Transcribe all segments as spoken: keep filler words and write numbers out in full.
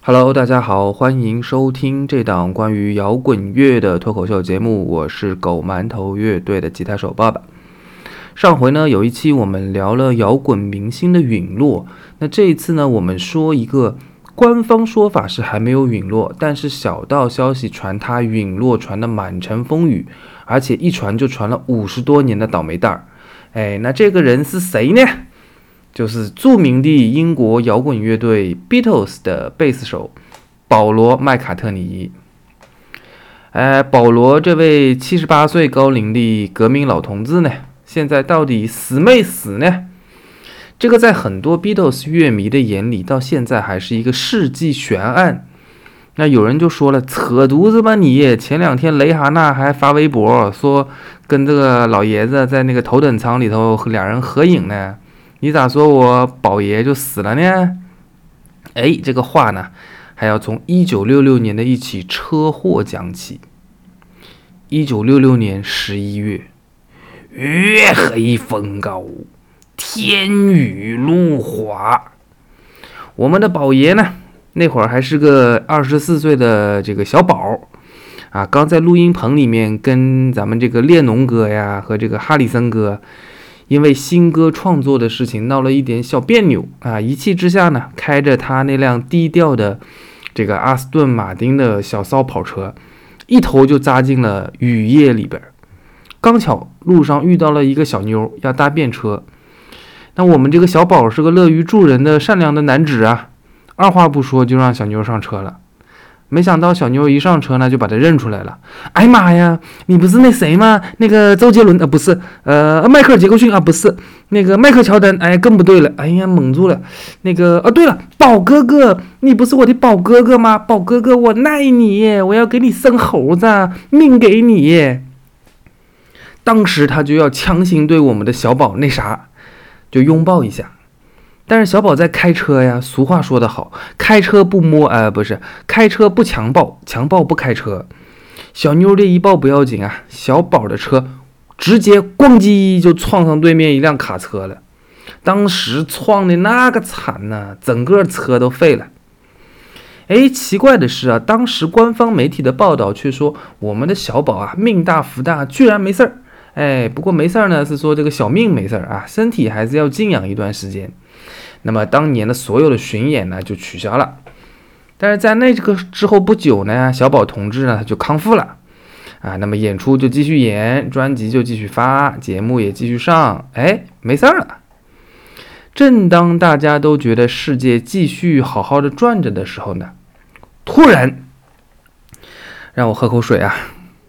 Hello，大家好，欢迎收听这档关于摇滚乐的脱口秀节目，我是狗馒头乐队的吉他手爸爸。上回呢有一期我们聊了摇滚明星的陨落，那这一次呢我们说一个官方说法是还没有陨落，但是小道消息传他陨落传得满城风雨，而且一传就传了五十多年的倒霉蛋儿。哎，那这个人是谁呢？就是著名的英国摇滚乐队 Beatles 的贝斯手保罗·麦卡特尼。哎，保罗这位七十八岁高龄的革命老同志呢，现在到底死没死呢？这个在很多 Beatles 乐迷的眼里，到现在还是一个世纪悬案。那有人就说了，扯犊子吧你！前两天雷哈娜还发微博说，跟这个老爷子在那个头等舱里头两人合影呢。你咋说我宝爷就死了呢？哎，这个话呢，还要从一九六六年的一起车祸讲起。一九六六年十一月，月黑风高，天雨路滑。我们的宝爷呢，那会儿还是个二十四岁的这个小宝啊，刚在录音棚里面跟咱们这个列侬哥呀和这个哈里森哥，因为新歌创作的事情闹了一点小别扭啊，一气之下呢，开着他那辆低调的这个阿斯顿马丁的小骚跑车，一头就扎进了雨夜里边。刚巧路上遇到了一个小妞要搭便车，那我们这个小宝是个乐于助人的善良的男子啊，二话不说就让小妞上车了。没想到小妞一上车呢，就把他认出来了。哎妈呀，你不是那谁吗？那个周杰伦啊，不是，呃，迈克尔杰克逊啊，不是，那个迈克乔丹，哎，更不对了，哎呀，蒙住了。那个，哦，对了，宝哥哥，你不是我的宝哥哥吗？宝哥哥，我爱你，我要给你生猴子，命给你。当时他就要强行对我们的小宝那啥，就拥抱一下。但是小宝在开车呀，俗话说得好，开车不摸，呃，不是，开车不强暴，强暴不开车。小妞这一抱不要紧啊，小宝的车直接咣叽就撞上对面一辆卡车了，当时撞的那个惨呐、啊，整个车都废了。哎，奇怪的是啊，当时官方媒体的报道却说我们的小宝啊命大福大，居然没事儿。哎，不过没事儿呢，是说这个小命没事儿啊，身体还是要静养一段时间。那么当年的所有的巡演呢就取消了，但是在那个之后不久呢，小宝同志呢他就康复了啊，那么演出就继续演，专辑就继续发，节目也继续上，哎，没事了。正当大家都觉得世界继续好好的转着的时候呢，突然，让我喝口水啊。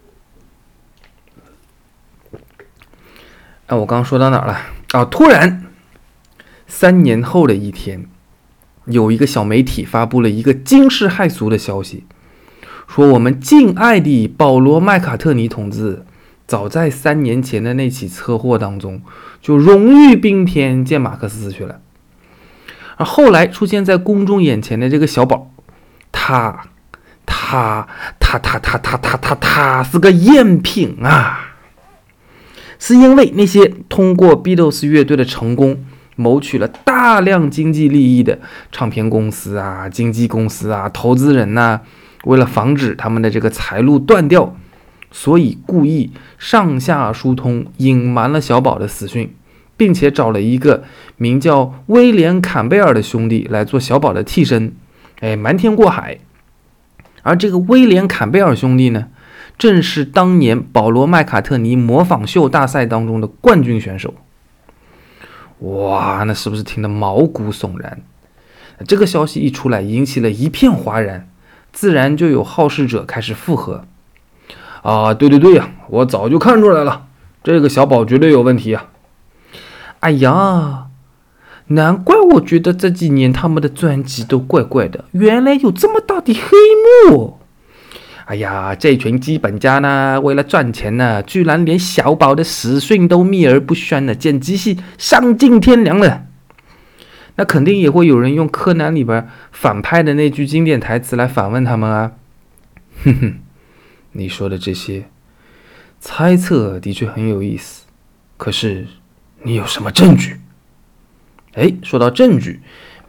啊，我刚刚说到哪儿了？啊，突然。三年后的一天，有一个小媒体发布了一个惊世骇俗的消息，说我们敬爱的保罗·麦卡特尼同志，早在三年前的那起车祸当中，就荣誉冰天见马克思去了。而后来出现在公众眼前的这个小宝，他，他，他，他，他，他，他，他，他是个赝品啊！是因为那些通过 Beatles 乐队的成功，谋取了大量经济利益的唱片公司啊、经纪公司啊、投资人呐、啊，为了防止他们的这个财路断掉，所以故意上下疏通，隐瞒了小宝的死讯，并且找了一个名叫威廉·坎贝尔的兄弟来做小宝的替身，哎，瞒天过海。而这个威廉·坎贝尔兄弟呢，正是当年保罗·麦卡特尼模仿秀大赛当中的冠军选手。哇，那是不是听得毛骨悚然？这个消息一出来，引起了一片哗然，自然就有好事者开始附和。啊，对对对呀、啊，我早就看出来了，这个小宝绝对有问题啊！哎呀，难怪我觉得这几年他们的专辑都怪怪的，原来有这么大的黑幕。哎呀，这群资本家呢，为了赚钱呢，居然连小宝的死讯都秘而不宣了，简直是丧尽天良了。那肯定也会有人用柯南里边反派的那句经典台词来反问他们啊。哼哼，你说的这些猜测的确很有意思，可是你有什么证据？哎，说到证据，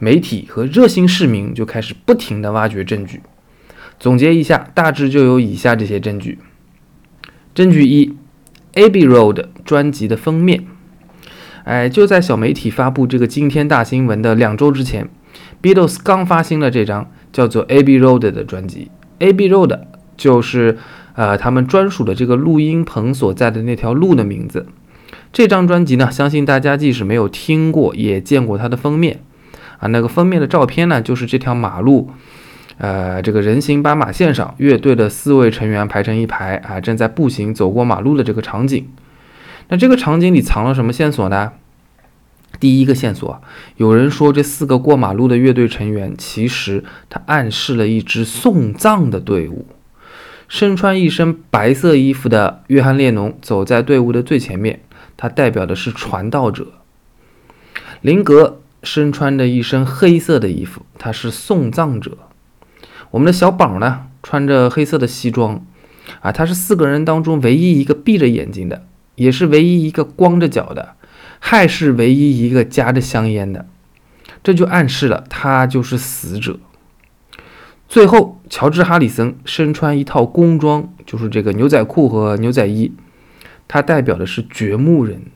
媒体和热心市民就开始不停地挖掘证据。总结一下，大致就有以下这些证据。证据一 ，Abbey Road 专辑的封面。哎，就在小媒体发布这个惊天大新闻的两周之前 ，Beatles 刚发行了这张叫做 Abbey Road 的专辑。Abbey Road 就是呃他们专属的这个录音棚所在的那条路的名字。这张专辑呢，相信大家即使没有听过，也见过它的封面啊。那个封面的照片呢，就是这条马路，呃，这个人行斑马线上，乐队的四位成员排成一排啊，正在步行走过马路的这个场景。那这个场景里藏了什么线索呢？第一个线索，有人说这四个过马路的乐队成员，其实它暗示了一支送葬的队伍。身穿一身白色衣服的约翰列侬走在队伍的最前面，他代表的是传道者。林格身穿着一身黑色的衣服，他是送葬者。我们的小宝呢，穿着黑色的西装啊，他是四个人当中唯一一个闭着眼睛的，也是唯一一个光着脚的，还是唯一一个夹着香烟的。这就暗示了他就是死者。最后，乔治·哈里森身穿一套工装，就是这个牛仔裤和牛仔衣，他代表的是掘墓人。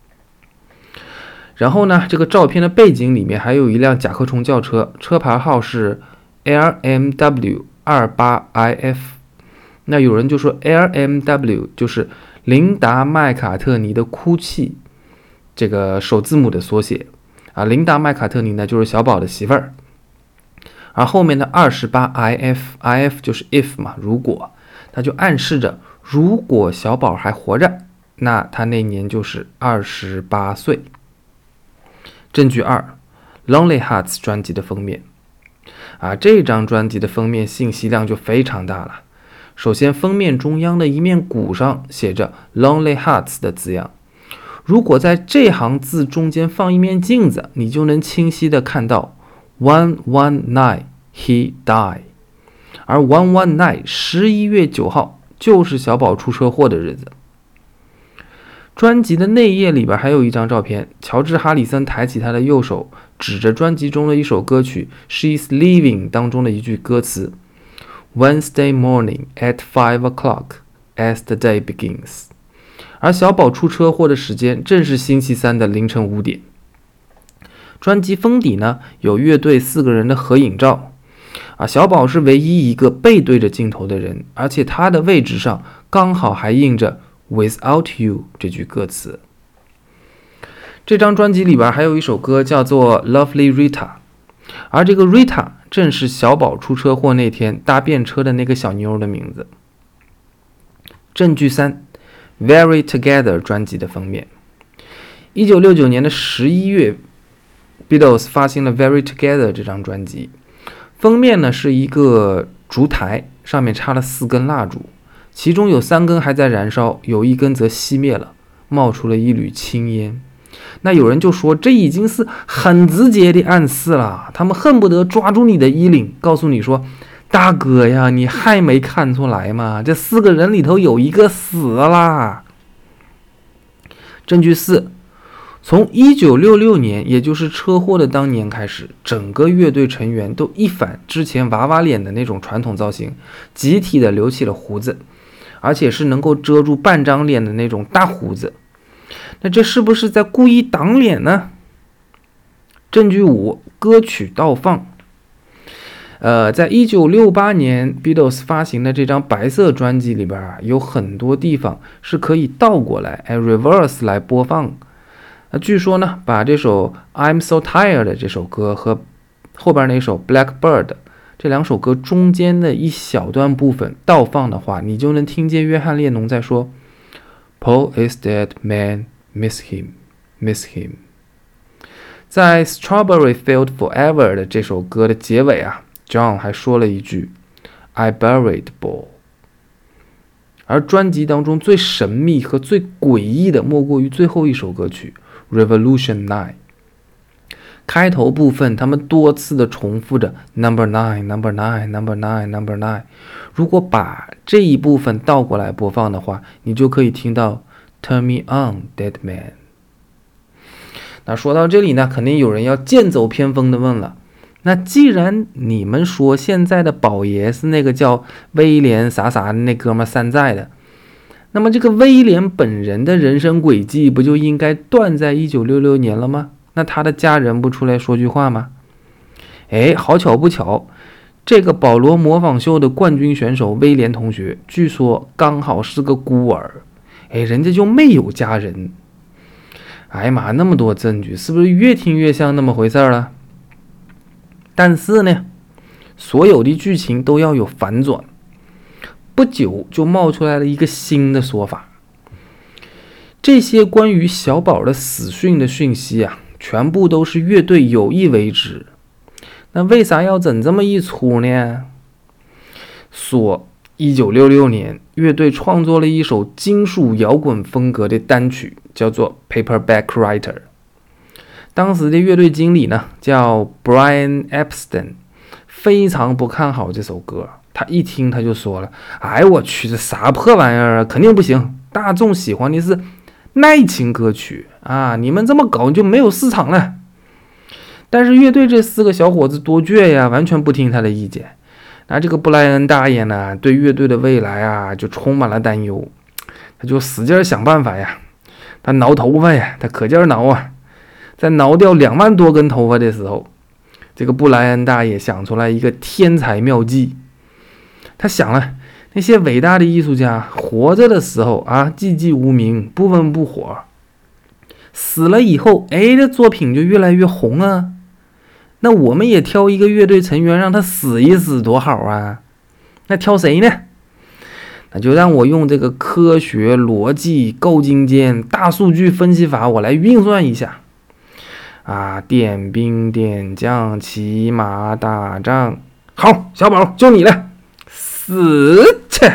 然后呢，这个照片的背景里面还有一辆甲壳虫轿车，车牌号是 L M W 二八 I F。那有人就说 L M W 就是琳达·麦卡特尼的哭泣，这个首字母的缩写啊。琳达·麦卡特尼呢，就是小宝的媳妇儿。而后面的二十八 I F，I F 就是 if 嘛，如果，它就暗示着如果小宝还活着，那他那年就是二十八岁。证据二 ，Lonely Hearts 专辑的封面啊，这张专辑的封面信息量就非常大了。首先，封面中央的一面鼓上写着 Lonely Hearts 的字样。如果在这行字中间放一面镜子，你就能清晰地看到one one nine he died， 而one one nine 十一月九号就是小宝出车祸的日子。专辑的内页里边还有一张照片，乔治·哈里森抬起他的右手，指着专辑中的一首歌曲 She's Leaving 当中的一句歌词 Wednesday morning at five o'clock as the day begins， 而小宝出车祸的时间正是星期三的凌晨五点。专辑封底呢，有乐队四个人的合影照啊，小宝是唯一一个背对着镜头的人，而且他的位置上刚好还印着 Without You 这句歌词。这张专辑里边还有一首歌叫做 Lovely Rita， 而这个 Rita 正是小宝出车祸那天搭便车的那个小妞的名字。证据三 Very Together 专辑的封面。一九六九年的十一月 Beatles 发行了 Very Together 这张专辑，封面呢是一个烛台，上面插了四根蜡烛，其中有三根还在燃烧，有一根则熄灭了，冒出了一缕青烟。那有人就说这已经是很直接的暗示了，他们恨不得抓住你的衣领，告诉你说大哥呀，你还没看出来吗？这四个人里头有一个死了。证据四，从一九六六年，也就是车祸的当年开始，整个乐队成员都一反之前娃娃脸的那种传统造型，集体的留起了胡子，而且是能够遮住半张脸的那种大胡子。那这是不是在故意挡脸呢？证据五，歌曲倒放。呃，在一九六八年 Beatles 发行的这张白色专辑里边啊，有很多地方是可以倒过来，哎 reverse 来播放。那据说呢，把这首 I'm So Tired 这首歌和后边那首 Blackbird 这两首歌中间的一小段部分倒放的话，你就能听见约翰列侬在说 Paul is dead, man, miss him, miss him。 在 Strawberry Field Forever 的这首歌的结尾啊， John 还说了一句 I buried Paul。 而专辑当中最神秘和最诡异的莫过于最后一首歌曲 Revolution nine。 开头部分他们多次的重复着 Number nine, Number nine, Number nine, Number nine。 如果把这一部分倒过来播放的话，你就可以听到 Turn me on, dead man。 那说到这里呢，肯定有人要剑走偏锋的问了， 那既然你们说现在的宝爷是那个叫威廉啥啥的那哥们山寨的，那么这个威廉本人的人生轨迹不就应该断在一九六六年了吗？那他的家人不出来说句话吗？哎，好巧不巧，这个保罗模仿秀的冠军选手威廉同学，据说刚好是个孤儿，哎，人家就没有家人。哎呀妈，那么多证据，是不是越听越像那么回事了？但是呢，所有的剧情都要有反转。不久就冒出来了一个新的说法，这些关于小宝的死讯的讯息啊，全部都是乐队有意为之。那为啥要整这么一出呢？说一九六六年，乐队创作了一首金属摇滚风格的单曲，叫做 Paperback Writer。当时的乐队经理呢叫 Brian Epstein， 非常不看好这首歌。他一听他就说了：“哎，我去，这啥破玩意儿啊，肯定不行！大众喜欢的是耐情歌曲啊，你们这么搞就没有市场了。”但是乐队这四个小伙子多倔呀，完全不听他的意见。那这个布莱恩大爷呢，对乐队的未来啊就充满了担忧，他就使劲想办法呀，他挠头发呀，他可劲挠啊。在挠掉两万多根头发的时候，这个布莱恩大爷想出来一个天才妙计。他想了，那些伟大的艺术家活着的时候啊，寂寂无名，不温不火，死了以后，哎，这作品就越来越红啊。那我们也挑一个乐队成员让他死一死多好啊。那挑谁呢？那就让我用这个科学逻辑够精尖大数据分析法，我来运算一下啊，点兵点将，骑马打仗。好，小宝就你了，死去！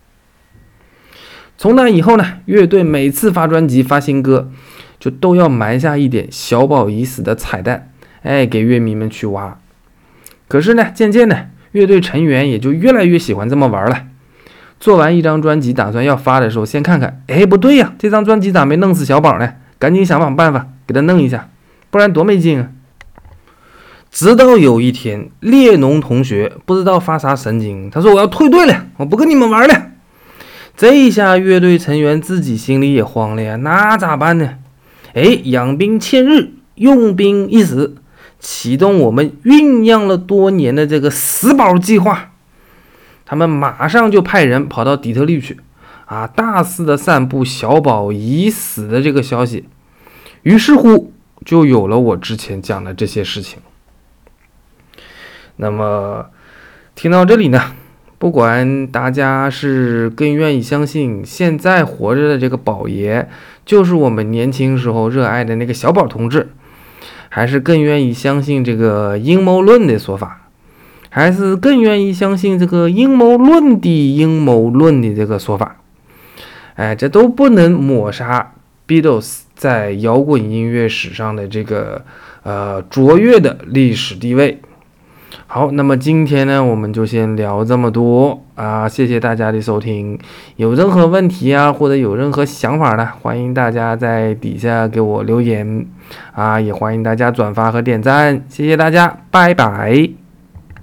从那以后呢，乐队每次发专辑发新歌，就都要埋下一点小宝已死的彩蛋，哎，给乐迷们去挖。可是呢，渐渐的，乐队成员也就越来越喜欢这么玩了。做完一张专辑，打算要发的时候，先看看，哎，不对呀，这张专辑咋没弄死小宝呢？赶紧想想办法给他弄一下，不然多没劲啊！直到有一天，列侬同学不知道发啥神经，他说我要退队了，我不跟你们玩了。这一下乐队成员自己心里也慌了呀，那咋办呢？哎，养兵千日，用兵一时，启动我们酝酿了多年的这个死宝计划。他们马上就派人跑到底特律去，啊，大肆的散布小宝已死的这个消息。于是乎，就有了我之前讲的这些事情。那么听到这里呢，不管大家是更愿意相信现在活着的这个宝爷就是我们年轻时候热爱的那个小宝同志，还是更愿意相信这个阴谋论的说法，还是更愿意相信这个阴谋论的阴谋论的这个说法，哎，这都不能抹杀 Beatles 在摇滚音乐史上的这个呃卓越的历史地位。好，那么今天呢，我们就先聊这么多啊！谢谢大家的收听。有任何问题啊，或者有任何想法呢，欢迎大家在底下给我留言啊，也欢迎大家转发和点赞，谢谢大家，拜拜。